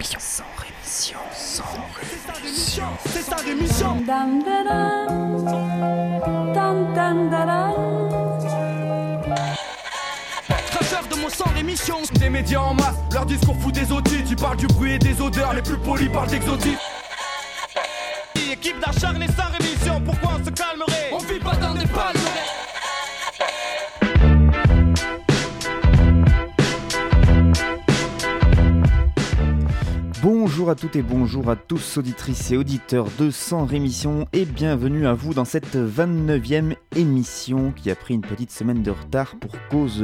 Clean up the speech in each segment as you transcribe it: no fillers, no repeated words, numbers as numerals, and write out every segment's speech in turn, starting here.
Sans rémission. C'est sa rémission. Dam da dam, dam dam da dam. Cracheur de mon sang rémission. Des médias en masse, leur discours fout des audits. Tu parles du bruit et des odeurs, les plus polis parlent d'exotisme. Équipe d'acharnés sans rémission, pourquoi on se calmerait? On vit pas dans des palmeraies. Bonjour à toutes et bonjour à tous, auditrices et auditeurs de Sans Rémission, et bienvenue à vous dans cette 29e émission qui a pris une petite semaine de retard pour cause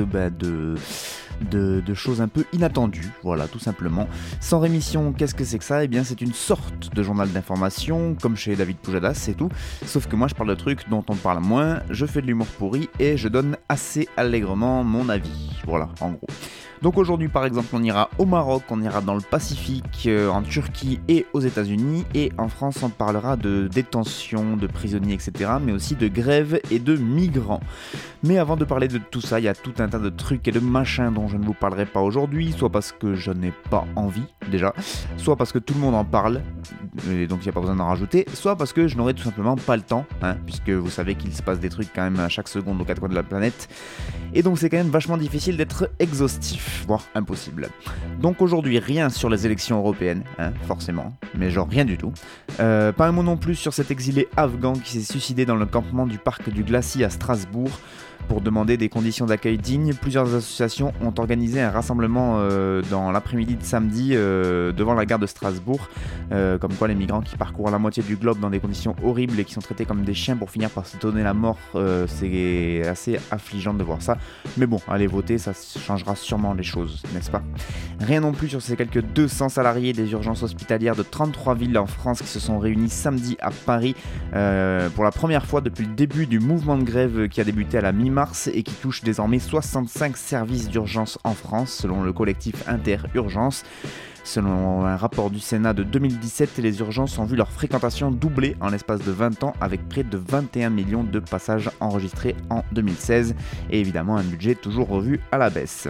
de choses un peu inattendues, voilà, tout simplement. Sans Rémission, qu'est-ce que c'est que ça? Eh bien, c'est une sorte de journal d'information, comme chez David Pujadas, c'est tout. Sauf que moi, je parle de trucs dont on parle moins, je fais de l'humour pourri et je donne assez allègrement mon avis. Voilà, en gros. Donc aujourd'hui, par exemple, on ira au Maroc, on ira dans le Pacifique, en Turquie et aux États-Unis. Et en France, on parlera de détention, de prisonniers, etc. Mais aussi de grève et de migrants. Mais avant de parler de tout ça, il y a tout un tas de trucs et de machins dont je ne vous parlerai pas aujourd'hui. Soit parce que je n'ai pas envie, déjà. Soit parce que tout le monde en parle, et donc il n'y a pas besoin d'en rajouter. Soit parce que je n'aurai tout simplement pas le temps, puisque vous savez qu'il se passe des trucs quand même à chaque seconde aux quatre coins de la planète. Et donc c'est quand même vachement difficile d'être exhaustif, voire impossible. Donc aujourd'hui, rien sur les élections européennes, forcément, mais genre rien du tout. Pas un mot non plus sur cet exilé afghan qui s'est suicidé dans le campement du parc du Glacis à Strasbourg. Pour demander des conditions d'accueil dignes, plusieurs associations ont organisé un rassemblement dans l'après-midi de samedi devant la gare de Strasbourg. Comme quoi les migrants qui parcourent la moitié du globe dans des conditions horribles et qui sont traités comme des chiens pour finir par se donner la mort, c'est assez affligeant de voir ça. Mais bon, allez voter, ça changera sûrement les choses, n'est-ce pas? Rien non plus sur ces quelques 200 salariés des urgences hospitalières de 33 villes en France qui se sont réunis samedi à Paris pour la première fois depuis le début du mouvement de grève qui a débuté à la mi-mars et qui touche désormais 65 services d'urgence en France selon le collectif Inter-Urgence. Selon un rapport du Sénat de 2017, les urgences ont vu leur fréquentation doubler en l'espace de 20 ans avec près de 21 millions de passages enregistrés en 2016 et évidemment un budget toujours revu à la baisse.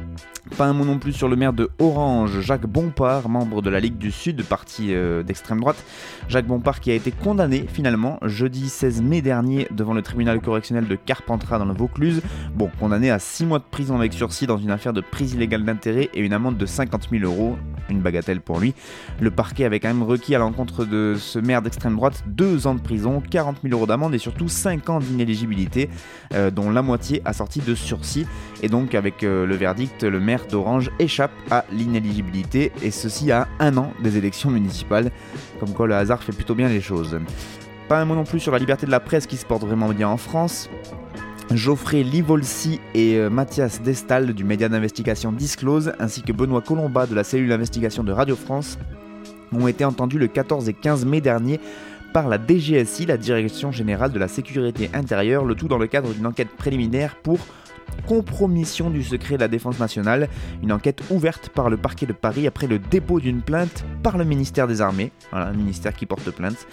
Pas un mot non plus sur le maire de Orange, Jacques Bompard, membre de la Ligue du Sud, parti d'extrême droite. Jacques Bompard qui a été condamné finalement jeudi 16 mai dernier devant le tribunal correctionnel de Carpentras dans le Vaucluse. Bon, condamné à 6 mois de prison avec sursis dans une affaire de prise illégale d'intérêt et une amende de 50 000 €, une bagatelle pour lui. Le parquet avait quand même requis à l'encontre de ce maire d'extrême droite 2 ans de prison, 40 000 € d'amende et surtout 5 ans d'inéligibilité, dont la moitié assortie de sursis. Et donc avec le verdict, le maire d'Orange échappe à l'inéligibilité, et ceci à 1 an des élections municipales. Comme quoi le hasard fait plutôt bien les choses. Pas un mot non plus sur la liberté de la presse qui se porte vraiment bien en France. Geoffrey Livolsi et Mathias Destal du média d'investigation Disclose, ainsi que Benoît Colomba de la cellule d'investigation de Radio France, ont été entendus le 14 et 15 mai dernier par la DGSI, la Direction Générale de la Sécurité Intérieure, le tout dans le cadre d'une enquête préliminaire pour compromission du secret de la défense nationale, une enquête ouverte par le parquet de Paris après le dépôt d'une plainte par le ministère des Armées, voilà, un ministère qui porte plainte.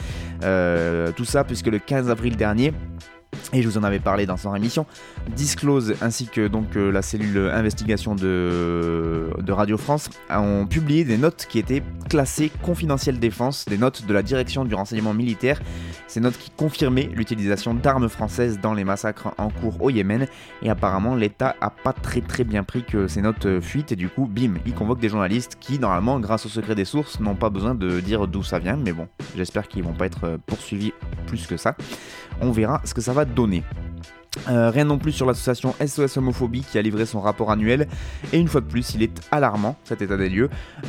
Tout ça puisque le 15 avril dernier, et je vous en avais parlé dans son émission, Disclose ainsi que donc la cellule investigation de Radio France ont publié des notes qui étaient classées confidentielles défense, des notes de la direction du renseignement militaire, ces notes qui confirmaient l'utilisation d'armes françaises dans les massacres en cours au Yémen, et apparemment l'État a pas très bien pris que ces notes fuitent, et du coup bim, il convoque des journalistes qui normalement grâce au secret des sources n'ont pas besoin de dire d'où ça vient, mais bon, j'espère qu'ils vont pas être poursuivis plus que ça. On verra ce que ça va donner. Rien non plus sur l'association SOS Homophobie qui a livré son rapport annuel, et une fois de plus il est alarmant cet état des lieux,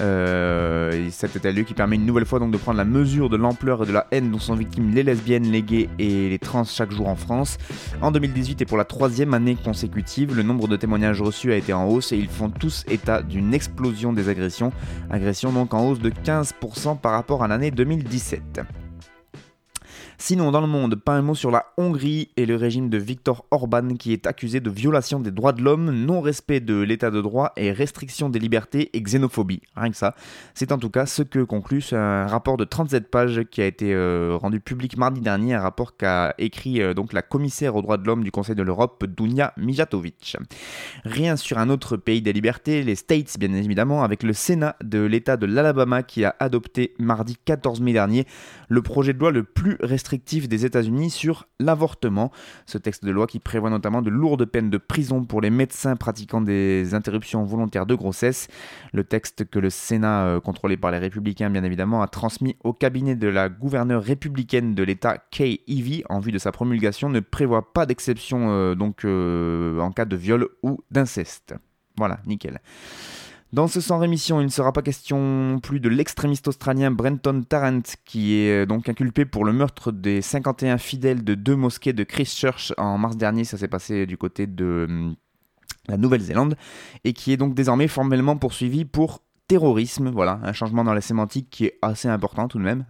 cet état des lieux qui permet une nouvelle fois donc de prendre la mesure de l'ampleur et de la haine dont sont victimes les lesbiennes, les gays et les trans chaque jour en France. En 2018 et pour la 3e année consécutive, le nombre de témoignages reçus a été en hausse et ils font tous état d'une explosion des agressions donc en hausse de 15% par rapport à l'année 2017. Sinon, dans le monde, pas un mot sur la Hongrie et le régime de Viktor Orban qui est accusé de violation des droits de l'homme, non-respect de l'état de droit et restriction des libertés et xénophobie. Rien que ça. C'est en tout cas ce que conclut un rapport de 37 pages qui a été rendu public mardi dernier, un rapport qu'a écrit donc la commissaire aux droits de l'homme du Conseil de l'Europe, Dunja Mijatovic. Rien sur un autre pays des libertés, les States bien évidemment, avec le Sénat de l'état de l'Alabama qui a adopté mardi 14 mai dernier le projet de loi le plus restrictif des États-Unis sur l'avortement. Ce texte de loi qui prévoit notamment de lourdes peines de prison pour les médecins pratiquant des interruptions volontaires de grossesse. Le texte que le Sénat, contrôlé par les républicains bien évidemment, a transmis au cabinet de la gouverneure républicaine de l'État Kay Ivey en vue de sa promulgation ne prévoit pas d'exception en cas de viol ou d'inceste. Voilà, nickel. Dans ce sans rémission, il ne sera pas question plus de l'extrémiste australien Brenton Tarrant, qui est donc inculpé pour le meurtre des 51 fidèles de 2 mosquées de Christchurch en mars dernier. Ça s'est passé du côté de la Nouvelle-Zélande, et qui est donc désormais formellement poursuivi pour terrorisme. Voilà, un changement dans la sémantique qui est assez important tout de même,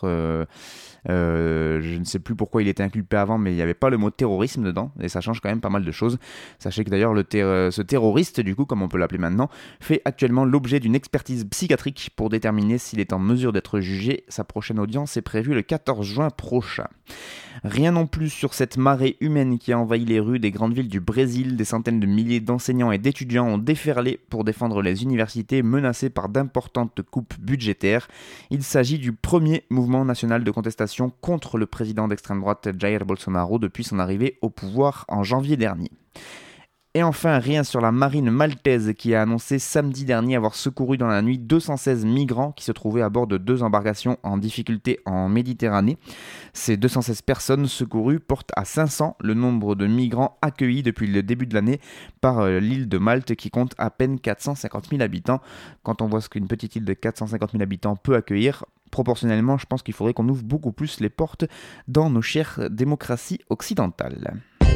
je ne sais plus pourquoi il était inculpé avant, mais il n'y avait pas le mot terrorisme dedans, et ça change quand même pas mal de choses. Sachez que d'ailleurs ce terroriste, du coup, comme on peut l'appeler maintenant, fait actuellement l'objet d'une expertise psychiatrique pour déterminer s'il est en mesure d'être jugé. Sa prochaine audience est prévue le 14 juin prochain. Rien non plus sur cette marée humaine qui a envahi les rues des grandes villes du Brésil. Des centaines de milliers d'enseignants et d'étudiants ont déferlé pour défendre les universités menacées par d'importantes coupes budgétaires. Il s'agit du premier mouvement national de contestation contre le président d'extrême droite Jair Bolsonaro depuis son arrivée au pouvoir en janvier dernier. Et enfin, rien sur la marine maltaise qui a annoncé samedi dernier avoir secouru dans la nuit 216 migrants qui se trouvaient à bord de 2 embarcations en difficulté en Méditerranée. Ces 216 personnes secourues portent à 500 le nombre de migrants accueillis depuis le début de l'année par l'île de Malte qui compte à peine 450 000 habitants. Quand on voit ce qu'une petite île de 450 000 habitants peut accueillir, proportionnellement, je pense qu'il faudrait qu'on ouvre beaucoup plus les portes dans nos chères démocraties occidentales.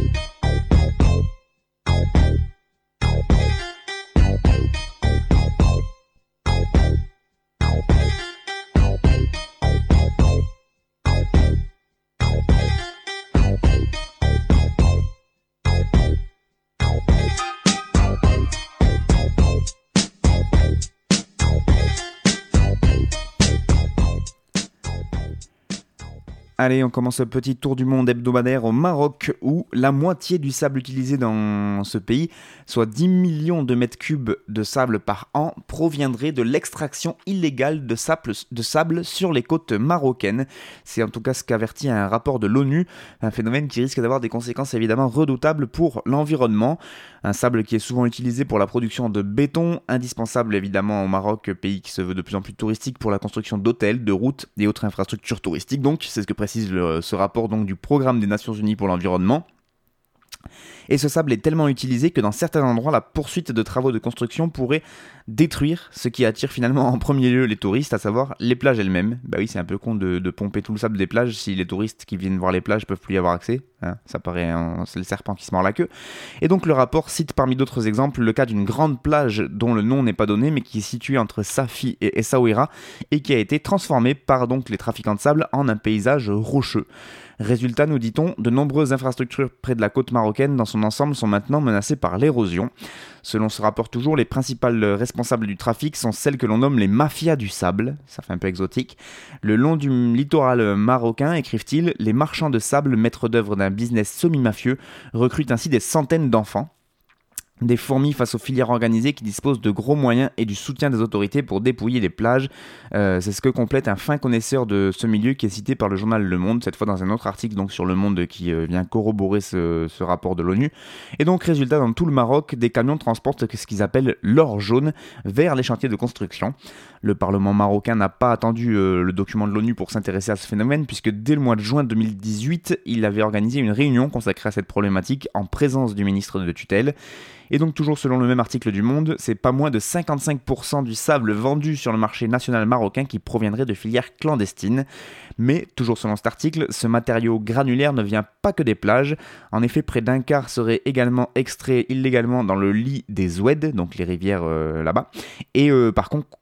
Allez, on commence ce petit tour du monde hebdomadaire au Maroc où la moitié du sable utilisé dans ce pays, soit 10 millions de mètres cubes de sable par an, proviendrait de l'extraction illégale de sable sur les côtes marocaines. C'est en tout cas ce qu'avertit un rapport de l'ONU, un phénomène qui risque d'avoir des conséquences évidemment redoutables pour l'environnement. Un sable qui est souvent utilisé pour la production de béton, indispensable évidemment au Maroc, pays qui se veut de plus en plus touristique pour la construction d'hôtels, de routes et autres infrastructures touristiques. Donc, c'est ce que précise ce rapport donc, du Programme des Nations Unies pour l'environnement. Et ce sable est tellement utilisé que dans certains endroits, la poursuite de travaux de construction pourrait détruire ce qui attire finalement en premier lieu les touristes, à savoir les plages elles-mêmes. Bah oui, c'est un peu con de pomper tout le sable des plages si les touristes qui viennent voir les plages peuvent plus y avoir accès. Hein, ça paraît, c'est le serpent qui se mord la queue. Et donc le rapport cite parmi d'autres exemples le cas d'une grande plage dont le nom n'est pas donné, mais qui est située entre Safi et Essaouira et qui a été transformée par donc les trafiquants de sable en un paysage rocheux. Résultat, nous dit-on, de nombreuses infrastructures près de la côte marocaine dans son ensemble sont maintenant menacées par l'érosion. Selon ce rapport toujours, les principales responsables du trafic sont celles que l'on nomme les mafias du sable, ça fait un peu exotique. Le long du littoral marocain, écrivent-ils, les marchands de sable, maîtres d'œuvre d'un business semi-mafieux, recrutent ainsi des centaines d'enfants. Des fourmis face aux filières organisées qui disposent de gros moyens et du soutien des autorités pour dépouiller les plages. C'est ce que complète un fin connaisseur de ce milieu qui est cité par le journal Le Monde, cette fois dans un autre article donc sur Le Monde qui vient corroborer ce rapport de l'ONU. Et donc résultat, dans tout le Maroc, des camions transportent ce qu'ils appellent l'or jaune vers les chantiers de construction. Le Parlement marocain n'a pas attendu le document de l'ONU pour s'intéresser à ce phénomène puisque dès le mois de juin 2018, il avait organisé une réunion consacrée à cette problématique en présence du ministre de tutelle. Et donc toujours selon le même article du Monde, c'est pas moins de 55% du sable vendu sur le marché national marocain qui proviendrait de filières clandestines. Mais toujours selon cet article, ce matériau granulaire ne vient pas que des plages. En effet, près d'un quart serait également extrait illégalement dans le lit des Oued, donc les rivières là-bas. Et par contre,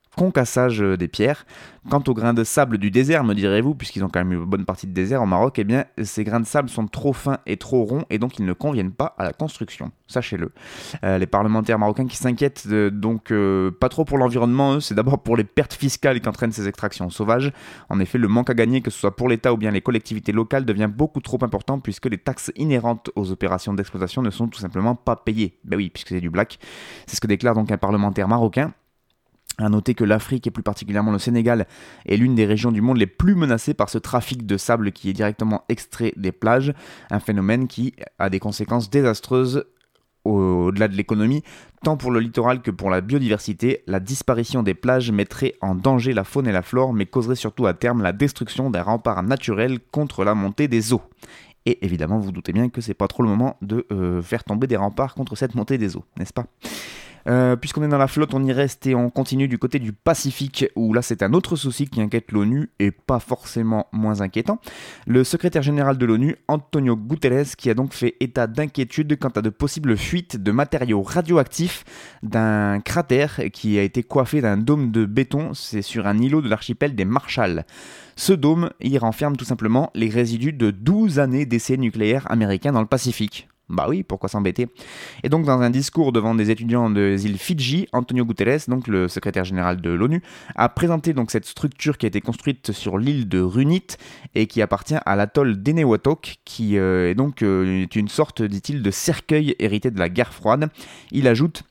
concassage des pierres. Quant aux grains de sable du désert, me direz-vous, puisqu'ils ont quand même une bonne partie de désert au Maroc, eh bien, ces grains de sable sont trop fins et trop ronds, et donc ils ne conviennent pas à la construction, sachez-le. Les parlementaires marocains qui s'inquiètent donc pas trop pour l'environnement, eux, c'est d'abord pour les pertes fiscales qu'entraînent ces extractions sauvages. En effet, le manque à gagner, que ce soit pour l'État ou bien les collectivités locales, devient beaucoup trop important, puisque les taxes inhérentes aux opérations d'exploitation ne sont tout simplement pas payées. Ben oui, puisque c'est du black. C'est ce que déclare donc un parlementaire marocain. À noter que l'Afrique, et plus particulièrement le Sénégal, est l'une des régions du monde les plus menacées par ce trafic de sable qui est directement extrait des plages, un phénomène qui a des conséquences désastreuses au-delà de l'économie, tant pour le littoral que pour la biodiversité. La disparition des plages mettrait en danger la faune et la flore, mais causerait surtout à terme la destruction d'un rempart naturel contre la montée des eaux. Et évidemment, vous doutez bien que c'est pas trop le moment de faire tomber des remparts contre cette montée des eaux, n'est-ce pas ? Puisqu'on est dans la flotte, on y reste et on continue du côté du Pacifique, où là c'est un autre souci qui inquiète l'ONU et pas forcément moins inquiétant. Le secrétaire général de l'ONU, Antonio Guterres, qui a donc fait état d'inquiétude quant à de possibles fuites de matériaux radioactifs d'un cratère qui a été coiffé d'un dôme de béton, c'est sur un îlot de l'archipel des Marshall. Ce dôme, il renferme tout simplement les résidus de 12 années d'essais nucléaires américains dans le Pacifique. Bah oui, pourquoi s'embêter ? Et donc dans un discours devant des étudiants des îles Fidji, Antonio Guterres, donc le secrétaire général de l'ONU, a présenté donc cette structure qui a été construite sur l'île de Runit et qui appartient à l'atoll d'Enewetok, qui est donc une sorte, dit-il, de cercueil hérité de la guerre froide. Il ajoute: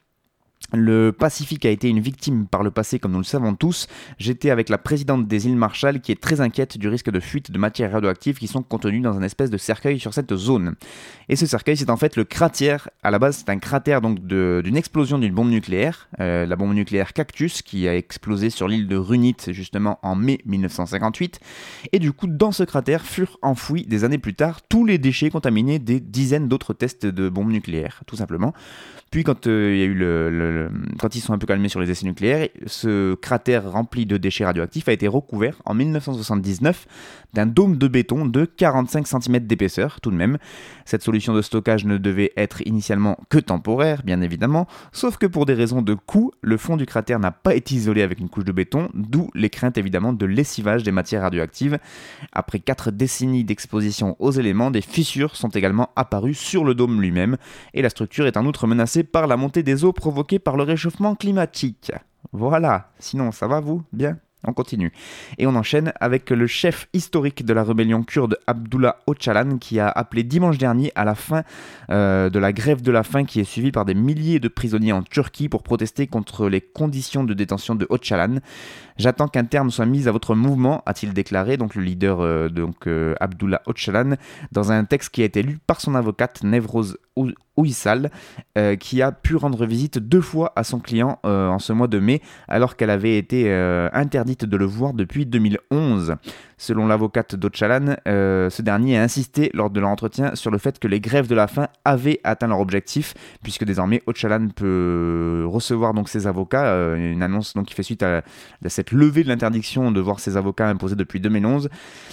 le Pacifique a été une victime par le passé, comme nous le savons tous. J'étais avec la présidente des îles Marshall qui est très inquiète du risque de fuite de matières radioactives qui sont contenues dans un espèce de cercueil sur cette zone. Et ce cercueil, c'est en fait le cratère. À la base, c'est un cratère donc d'une explosion d'une bombe nucléaire, la bombe nucléaire Cactus, qui a explosé sur l'île de Runit justement en mai 1958. Et du coup, dans ce cratère furent enfouis des années plus tard tous les déchets contaminés des dizaines d'autres tests de bombes nucléaires, tout simplement. Puis quand il y a eu quand ils sont un peu calmés sur les essais nucléaires, ce cratère rempli de déchets radioactifs a été recouvert en 1979 d'un dôme de béton de 45 cm d'épaisseur tout de même. Cette solution de stockage ne devait être initialement que temporaire, bien évidemment, sauf que pour des raisons de coût, le fond du cratère n'a pas été isolé avec une couche de béton, d'où les craintes évidemment de lessivage des matières radioactives. Après 4 décennies d'exposition aux éléments, des fissures sont également apparues sur le dôme lui-même, et la structure est en outre menacée par la montée des eaux provoquée par le réchauffement climatique. Voilà, sinon ça va vous ? Bien ? On continue. Et on enchaîne avec le chef historique de la rébellion kurde, Abdullah Öcalan, qui a appelé dimanche dernier à la fin de la grève de la faim qui est suivie par des milliers de prisonniers en Turquie pour protester contre les conditions de détention de Öcalan. J'attends qu'un terme soit mis à votre mouvement, a-t-il déclaré, donc le leader Abdullah Öcalan, dans un texte qui a été lu par son avocate Nevroz Uysal, qui a pu rendre visite 2 fois à son client en ce mois de mai, alors qu'elle avait été interdite de le voir depuis 2011. Selon l'avocate d'Öcalan, ce dernier a insisté lors de leur entretien sur le fait que les grèves de la faim avaient atteint leur objectif, puisque désormais Öcalan peut recevoir donc ses avocats, une annonce donc qui fait suite à cette levée de l'interdiction de voir ses avocats imposée depuis 2011.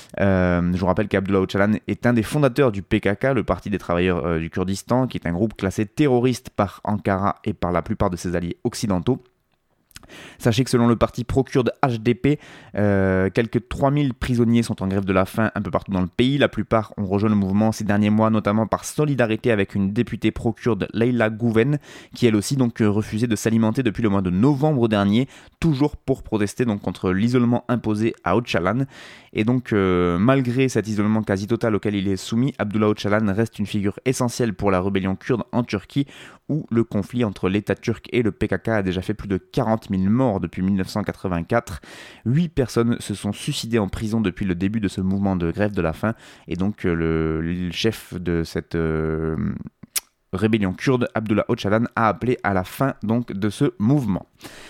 Je vous rappelle qu'Abdullah Öcalan est un des fondateurs du PKK, le Parti des travailleurs du Kurdistan, qui est un groupe classé terroriste par Ankara et par la plupart de ses alliés occidentaux. Sachez que selon le parti pro-kurde HDP, quelques 3000 prisonniers sont en grève de la faim un peu partout dans le pays. La plupart ont rejoint le mouvement ces derniers mois, notamment par solidarité avec une députée pro-kurde, Leyla Güven, qui elle aussi donc refusait de s'alimenter depuis le mois de novembre dernier, toujours pour protester donc contre l'isolement imposé à Öcalan. Et donc malgré cet isolement quasi total auquel il est soumis, Abdullah Öcalan reste une figure essentielle pour la rébellion kurde en Turquie, où le conflit entre l'État turc et le PKK a déjà fait plus de 40 000 morts depuis 1984. 8 personnes se sont suicidées en prison depuis le début de ce mouvement de grève de la faim, et donc le chef de cette rébellion kurde, Abdullah Öcalan, a appelé à la fin donc de ce mouvement.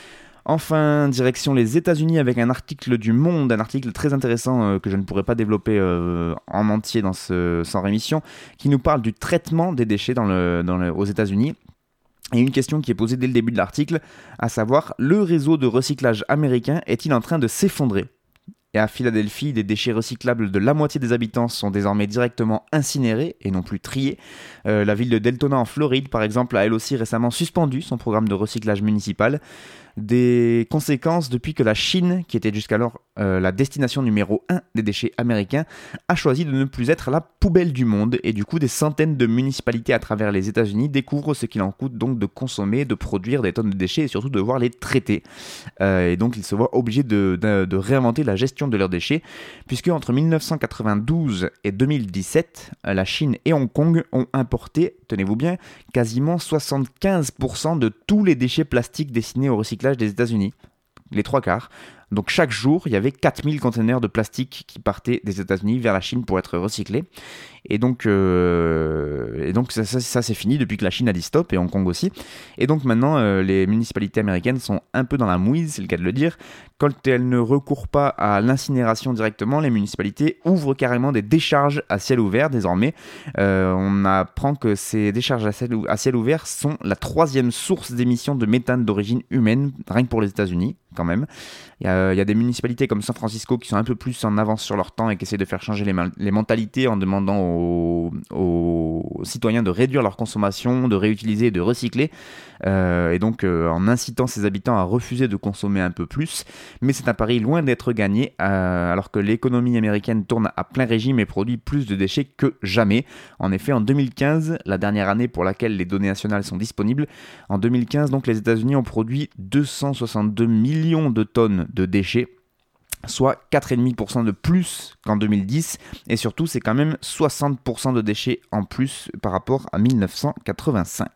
Enfin, direction les États-Unis avec un article du Monde, un article très intéressant que je ne pourrais pas développer en entier dans ce Sans Rémission, qui nous parle du traitement des déchets aux États-Unis. Et une question qui est posée dès le début de l'article, à savoir, le réseau de recyclage américain est-il en train de s'effondrer ? Et à Philadelphie, les déchets recyclables de la moitié des habitants sont désormais directement incinérés et non plus triés. La ville de Deltona en Floride, par exemple, a elle aussi récemment suspendu son programme de recyclage municipal. Des conséquences depuis que la Chine, qui était jusqu'alors la destination numéro 1 des déchets américains, a choisi de ne plus être la poubelle du monde, et du coup des centaines de municipalités à travers les États-Unis découvrent ce qu'il en coûte donc de consommer, de produire des tonnes de déchets et surtout de devoir les traiter. Et donc ils se voient obligés de réinventer la gestion de leurs déchets, puisque entre 1992 et 2017, la Chine et Hong Kong ont importé, tenez-vous bien, quasiment 75% de tous les déchets plastiques destinés au recyclage des États-Unis, les 3/4. Donc chaque jour, il y avait 4000 conteneurs de plastique qui partaient des États-Unis vers la Chine pour être recyclés. Et donc ça c'est fini depuis que la Chine a dit stop, et Hong Kong aussi. Et donc maintenant, les municipalités américaines sont un peu dans la mouise, c'est le cas de le dire. Quand elles ne recourent pas à l'incinération directement, les municipalités ouvrent carrément des décharges à ciel ouvert désormais. On apprend que ces décharges à ciel ouvert sont la 3e source d'émissions de méthane d'origine humaine, rien que pour les États-Unis quand même. Il y a des municipalités comme San Francisco qui sont un peu plus en avance sur leur temps et qui essaient de faire changer les mentalités en demandant aux citoyens de réduire leur consommation, de réutiliser et de recycler, et donc en incitant ses habitants à refuser de consommer un peu plus. Mais c'est un pari loin d'être gagné, alors que l'économie américaine tourne à plein régime et produit plus de déchets que jamais. En effet, en 2015, la dernière année pour laquelle les données nationales sont disponibles, en 2015, donc, les États-Unis ont produit 262 millions de tonnes de déchets, soit 4,5% de plus qu'en 2010, et surtout c'est quand même 60% de déchets en plus par rapport à 1985.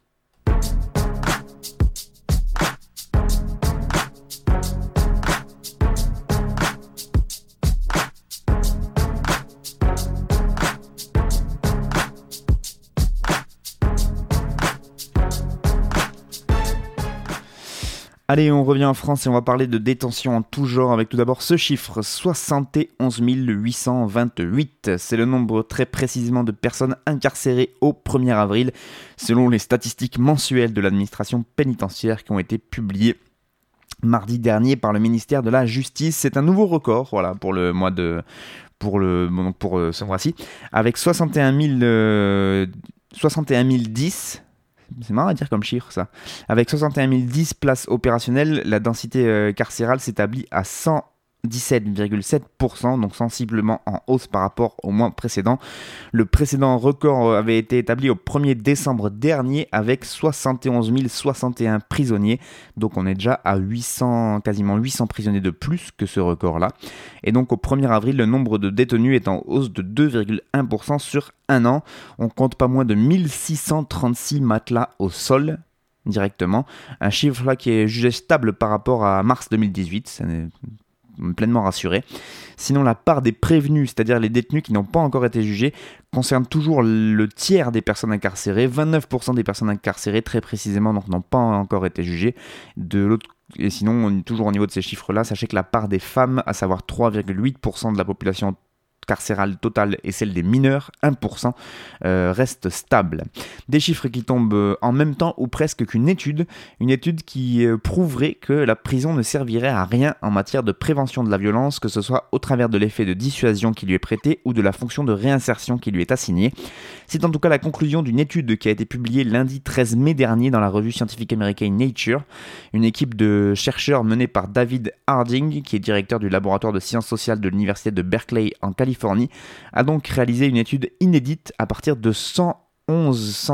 Allez, on revient en France et on va parler de détention en tout genre avec tout d'abord ce chiffre, 71 828. C'est le nombre très précisément de personnes incarcérées au 1er avril, selon les statistiques mensuelles de l'administration pénitentiaire qui ont été publiées mardi dernier par le ministère de la Justice. C'est un nouveau record, voilà, pour ce mois-ci, avec 61 010. C'est marrant à dire comme chiffre, ça. Avec 61 010 places opérationnelles, la densité carcérale s'établit à 117,7%, donc sensiblement en hausse par rapport au mois précédent. Le précédent record avait été établi au 1er décembre dernier avec 71 061 prisonniers, donc on est déjà à quasiment 800 prisonniers de plus que ce record-là. Et donc au 1er avril, le nombre de détenus est en hausse de 2,1% sur un an. On compte pas moins de 1636 matelas au sol directement, un chiffre là qui est jugé stable par rapport à mars 2018, ça n'est pleinement rassuré. Sinon, la part des prévenus, c'est-à-dire les détenus qui n'ont pas encore été jugés, concerne toujours le tiers des personnes incarcérées. 29% des personnes incarcérées, très précisément, donc n'ont pas encore été jugées. Et sinon, toujours au niveau de ces chiffres-là, sachez que la part des femmes, à savoir 3,8% de la population carcérale totale et celle des mineurs, 1%, reste stable. Des chiffres qui tombent en même temps ou presque qu'une étude qui prouverait que la prison ne servirait à rien en matière de prévention de la violence, que ce soit au travers de l'effet de dissuasion qui lui est prêté ou de la fonction de réinsertion qui lui est assignée. C'est en tout cas la conclusion d'une étude qui a été publiée lundi 13 mai dernier dans la revue scientifique américaine Nature. Une équipe de chercheurs menée par David Harding, qui est directeur du laboratoire de sciences sociales de l'université de Berkeley en Californie, a donc réalisé une étude inédite à partir de 111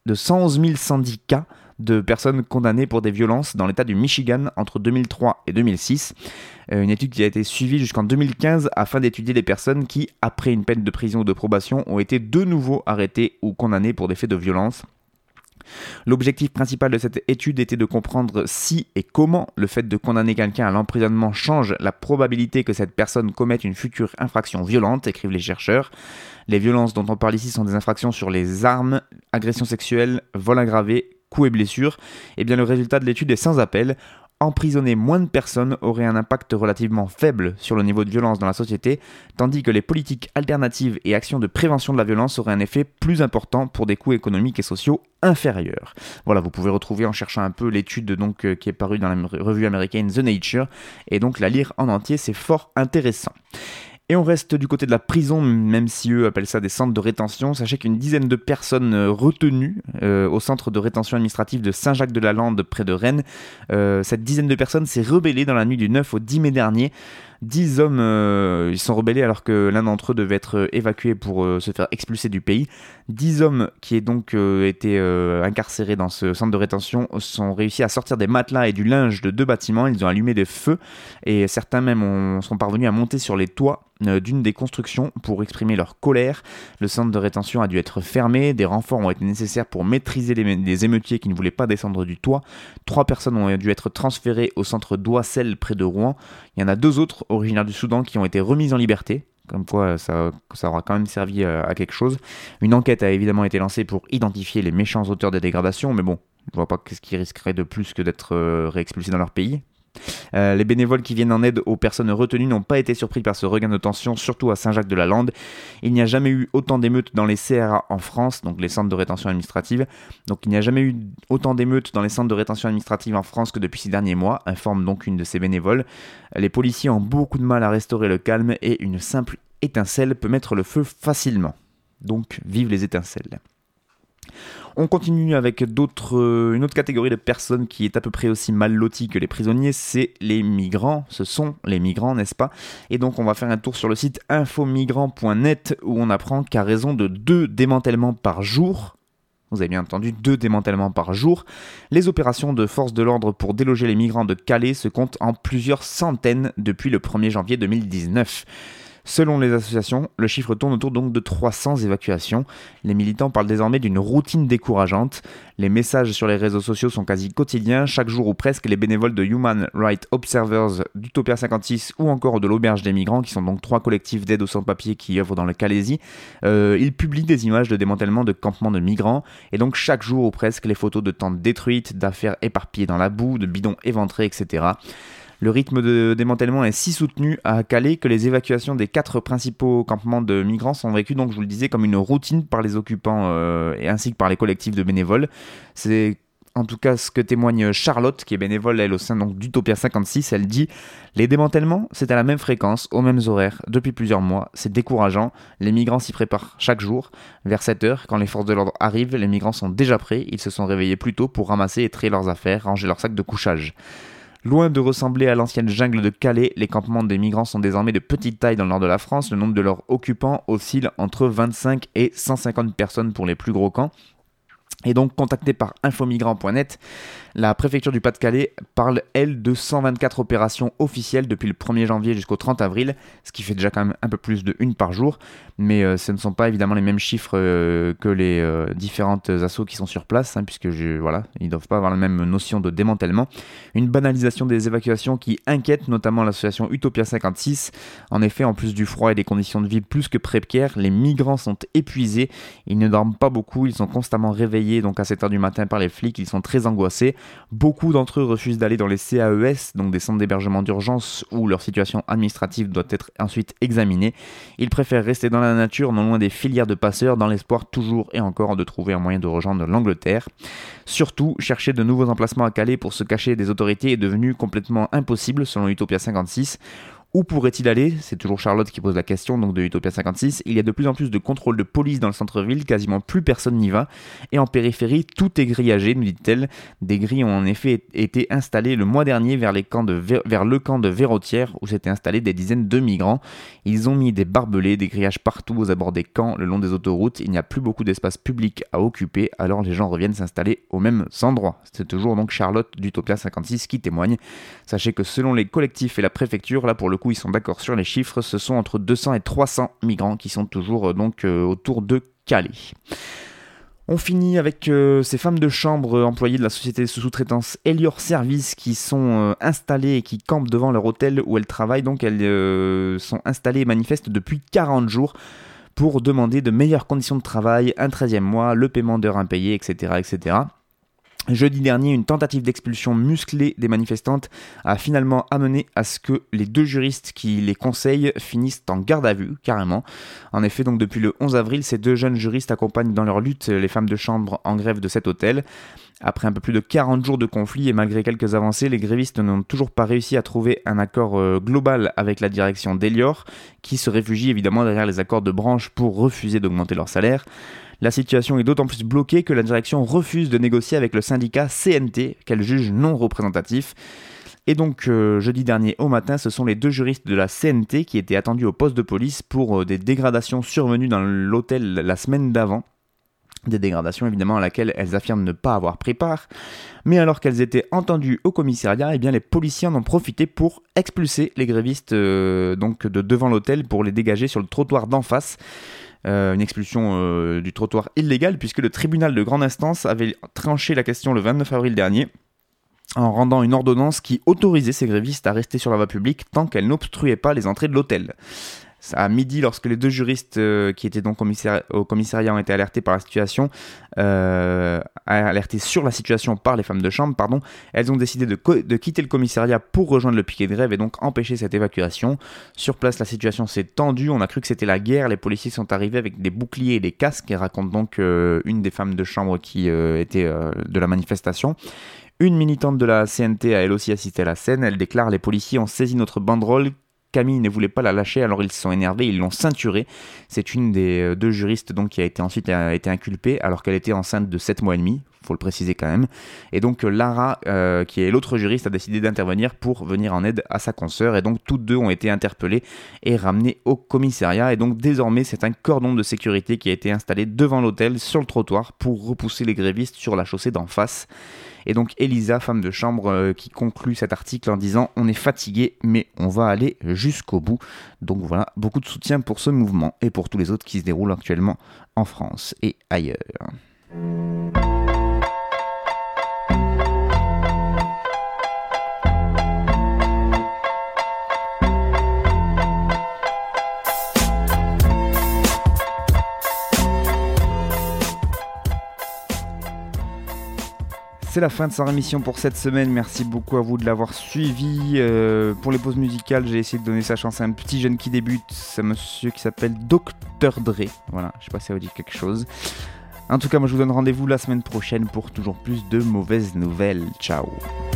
110 cas de personnes condamnées pour des violences dans l'état du Michigan entre 2003 et 2006. Une étude qui a été suivie jusqu'en 2015 afin d'étudier les personnes qui, après une peine de prison ou de probation, ont été de nouveau arrêtées ou condamnées pour des faits de violence. L'objectif principal de cette étude était de comprendre si et comment le fait de condamner quelqu'un à l'emprisonnement change la probabilité que cette personne commette une future infraction violente, écrivent les chercheurs. Les violences dont on parle ici sont des infractions sur les armes, agressions sexuelles, vol aggravé, coups et blessures. Et bien le résultat de l'étude est sans appel. Emprisonner moins de personnes aurait un impact relativement faible sur le niveau de violence dans la société, tandis que les politiques alternatives et actions de prévention de la violence auraient un effet plus important pour des coûts économiques et sociaux inférieurs. Voilà, vous pouvez retrouver en cherchant un peu l'étude donc, qui est parue dans la revue américaine The Nature, et donc la lire en entier, c'est fort intéressant. Et on reste du côté de la prison, même si eux appellent ça des centres de rétention. Sachez qu'une dizaine de personnes retenues au centre de rétention administrative de Saint-Jacques-de-la-Lande près de Rennes. Cette dizaine de personnes s'est rebellée dans la nuit du 9 au 10 mai dernier. 10 hommes ils sont rebellés alors que l'un d'entre eux devait être évacué pour se faire expulser du pays. 10 hommes qui donc étaient incarcérés dans ce centre de rétention sont réussi à sortir des matelas et du linge de 2 bâtiments. Ils ont allumé des feux et certains même sont parvenus à monter sur les toits d'une des constructions pour exprimer leur colère. Le centre de rétention a dû être fermé, des renforts ont été nécessaires pour maîtriser les émeutiers qui ne voulaient pas descendre du toit. 3 personnes ont dû être transférées au centre d'Oissel près de Rouen. Il y en a 2 autres originaires du Soudan qui ont été remises en liberté. Comme quoi ça aura quand même servi à quelque chose. Une enquête a évidemment été lancée pour identifier les méchants auteurs des dégradations, mais bon, je vois pas qu'est-ce qui risquerait de plus que d'être réexpulsés dans leur pays. Les bénévoles qui viennent en aide aux personnes retenues n'ont pas été surpris par ce regain de tension, surtout à Saint-Jacques-de-la-Lande. Il n'y a jamais eu autant d'émeutes dans les CRA en France, donc les centres de rétention administrative. Donc il n'y a jamais eu autant d'émeutes dans les centres de rétention administrative en France que depuis ces derniers mois, informe donc une de ces bénévoles. Les policiers ont beaucoup de mal à restaurer le calme et une simple étincelle peut mettre le feu facilement. Donc vive les étincelles. On continue avec une autre catégorie de personnes qui est à peu près aussi mal lotie que les prisonniers, c'est les migrants. Ce sont les migrants, n'est-ce pas ? Et donc on va faire un tour sur le site infomigrants.net où on apprend qu'à raison de 2 démantèlements par jour, vous avez bien entendu, 2 démantèlements par jour, les opérations de force de l'ordre pour déloger les migrants de Calais se comptent en plusieurs centaines depuis le 1er janvier 2019. Selon les associations, le chiffre tourne autour donc de 300 évacuations. Les militants parlent désormais d'une routine décourageante. Les messages sur les réseaux sociaux sont quasi quotidiens. Chaque jour ou presque, les bénévoles de Human Rights Observers, d'Utopia 56 ou encore de l'Auberge des Migrants, qui sont donc 3 collectifs d'aide aux sans-papiers qui œuvrent dans le Calaisis, ils publient des images de démantèlement de campements de migrants. Et donc chaque jour ou presque, les photos de tentes détruites, d'affaires éparpillées dans la boue, de bidons éventrés, etc. Le rythme de démantèlement est si soutenu à Calais que les évacuations des 4 principaux campements de migrants sont vécues, donc je vous le disais, comme une routine par les occupants et ainsi que par les collectifs de bénévoles. C'est en tout cas ce que témoigne Charlotte, qui est bénévole elle au sein donc d'Utopia 56. Elle dit « Les démantèlements, c'est à la même fréquence, aux mêmes horaires, depuis plusieurs mois. C'est décourageant. Les migrants s'y préparent chaque jour. Vers 7h, quand les forces de l'ordre arrivent, les migrants sont déjà prêts. Ils se sont réveillés plus tôt pour ramasser et trier leurs affaires, ranger leurs sacs de couchage. » Loin de ressembler à l'ancienne jungle de Calais, les campements des migrants sont désormais de petite taille dans le nord de la France. Le nombre de leurs occupants oscille entre 25 et 150 personnes pour les plus gros camps. Et donc, contactée par infomigrants.net, la préfecture du Pas-de-Calais parle, elle, de 124 opérations officielles depuis le 1er janvier jusqu'au 30 avril, ce qui fait déjà quand même un peu plus de 1 par jour, mais ce ne sont pas évidemment les mêmes chiffres que les différentes assos qui sont sur place, puisque ils ne doivent pas avoir la même notion de démantèlement. Une banalisation des évacuations qui inquiète notamment l'association Utopia 56. En effet, en plus du froid et des conditions de vie plus que précaires, les migrants sont épuisés, ils ne dorment pas beaucoup, ils sont constamment réveillés donc à 7h du matin par les flics, ils sont très angoissés. Beaucoup d'entre eux refusent d'aller dans les CAES, donc des centres d'hébergement d'urgence où leur situation administrative doit être ensuite examinée. Ils préfèrent rester dans la nature, non loin des filières de passeurs, dans l'espoir toujours et encore de trouver un moyen de rejoindre l'Angleterre. Surtout, chercher de nouveaux emplacements à Calais pour se cacher des autorités est devenu complètement impossible selon Utopia 56. Où pourrait-il aller ? C'est toujours Charlotte qui pose la question, donc de Utopia 56. Il y a de plus en plus de contrôles de police dans le centre-ville, quasiment plus personne n'y va. Et en périphérie, tout est grillagé, nous dit-elle. Des grilles ont en effet été installées le mois dernier vers le camp de Verrotières, où s'étaient installés des dizaines de migrants. Ils ont mis des barbelés, des grillages partout aux abords des camps, le long des autoroutes. Il n'y a plus beaucoup d'espace public à occuper, alors les gens reviennent s'installer aux mêmes endroits. C'est toujours donc Charlotte d'Utopia 56 qui témoigne. Sachez que selon les collectifs et la préfecture, là pour le coup ils sont d'accord sur les chiffres, ce sont entre 200 et 300 migrants qui sont toujours autour de Calais. On finit avec ces femmes de chambre employées de la société de sous-traitance Elior Service qui sont installées et qui campent devant leur hôtel où elles travaillent. Donc elles sont installées et manifestent depuis 40 jours pour demander de meilleures conditions de travail, un 13e mois, le paiement d'heures impayées, etc., etc. Jeudi dernier, une tentative d'expulsion musclée des manifestantes a finalement amené à ce que les 2 juristes qui les conseillent finissent en garde à vue, carrément. En effet, donc depuis le 11 avril, ces 2 jeunes juristes accompagnent dans leur lutte les femmes de chambre en grève de cet hôtel. Après un peu plus de 40 jours de conflit et malgré quelques avancées, les grévistes n'ont toujours pas réussi à trouver un accord global avec la direction d'Elior, qui se réfugie évidemment derrière les accords de branche pour refuser d'augmenter leur salaire. La situation est d'autant plus bloquée que la direction refuse de négocier avec le syndicat CNT, qu'elle juge non représentatif. Et donc, jeudi dernier au matin, ce sont les 2 juristes de la CNT qui étaient attendus au poste de police pour des dégradations survenues dans l'hôtel la semaine d'avant. Des dégradations évidemment à laquelle elles affirment ne pas avoir pris part. Mais alors qu'elles étaient entendues au commissariat, eh bien les policiers en ont profité pour expulser les grévistes donc de devant l'hôtel pour les dégager sur le trottoir d'en face. Une expulsion du trottoir illégale puisque le tribunal de grande instance avait tranché la question le 29 avril dernier en rendant une ordonnance qui autorisait ces grévistes à rester sur la voie publique tant qu'elles n'obstruaient pas les entrées de l'hôtel. À midi, lorsque les 2 juristes qui étaient donc au commissariat ont été alertés par la situation, alertés sur la situation par les femmes de chambre, elles ont décidé de quitter le commissariat pour rejoindre le piquet de grève et donc empêcher cette évacuation. Sur place, la situation s'est tendue, on a cru que c'était la guerre, les policiers sont arrivés avec des boucliers et des casques, et raconte donc une des femmes de chambre qui était de la manifestation. Une militante de la CNT a elle aussi assisté à la scène, elle déclare « Les policiers ont saisi notre banderole ». Camille ne voulait pas la lâcher, alors ils se sont énervés, ils l'ont ceinturée. C'est une des 2 juristes donc, qui a été ensuite été inculpée alors qu'elle était enceinte de 7 mois et demi, faut le préciser quand même. Et donc Lara, qui est l'autre juriste, a décidé d'intervenir pour venir en aide à sa consoeur. Et donc toutes 2 ont été interpellées et ramenées au commissariat. Et donc désormais c'est un cordon de sécurité qui a été installé devant l'hôtel sur le trottoir pour repousser les grévistes sur la chaussée d'en face. Et donc Elisa, femme de chambre, qui conclut cet article en disant « On est fatigué, mais on va aller jusqu'au bout ». Donc voilà, beaucoup de soutien pour ce mouvement et pour tous les autres qui se déroulent actuellement en France et ailleurs. C'est la fin de Sans Rémission pour cette semaine, merci beaucoup à vous de l'avoir suivi. Pour les pauses musicales, j'ai essayé de donner sa chance à un petit jeune qui débute, c'est un monsieur qui s'appelle Dr Dre, voilà, je sais pas si ça vous dit quelque chose. En tout cas, moi je vous donne rendez-vous la semaine prochaine pour toujours plus de mauvaises nouvelles, ciao.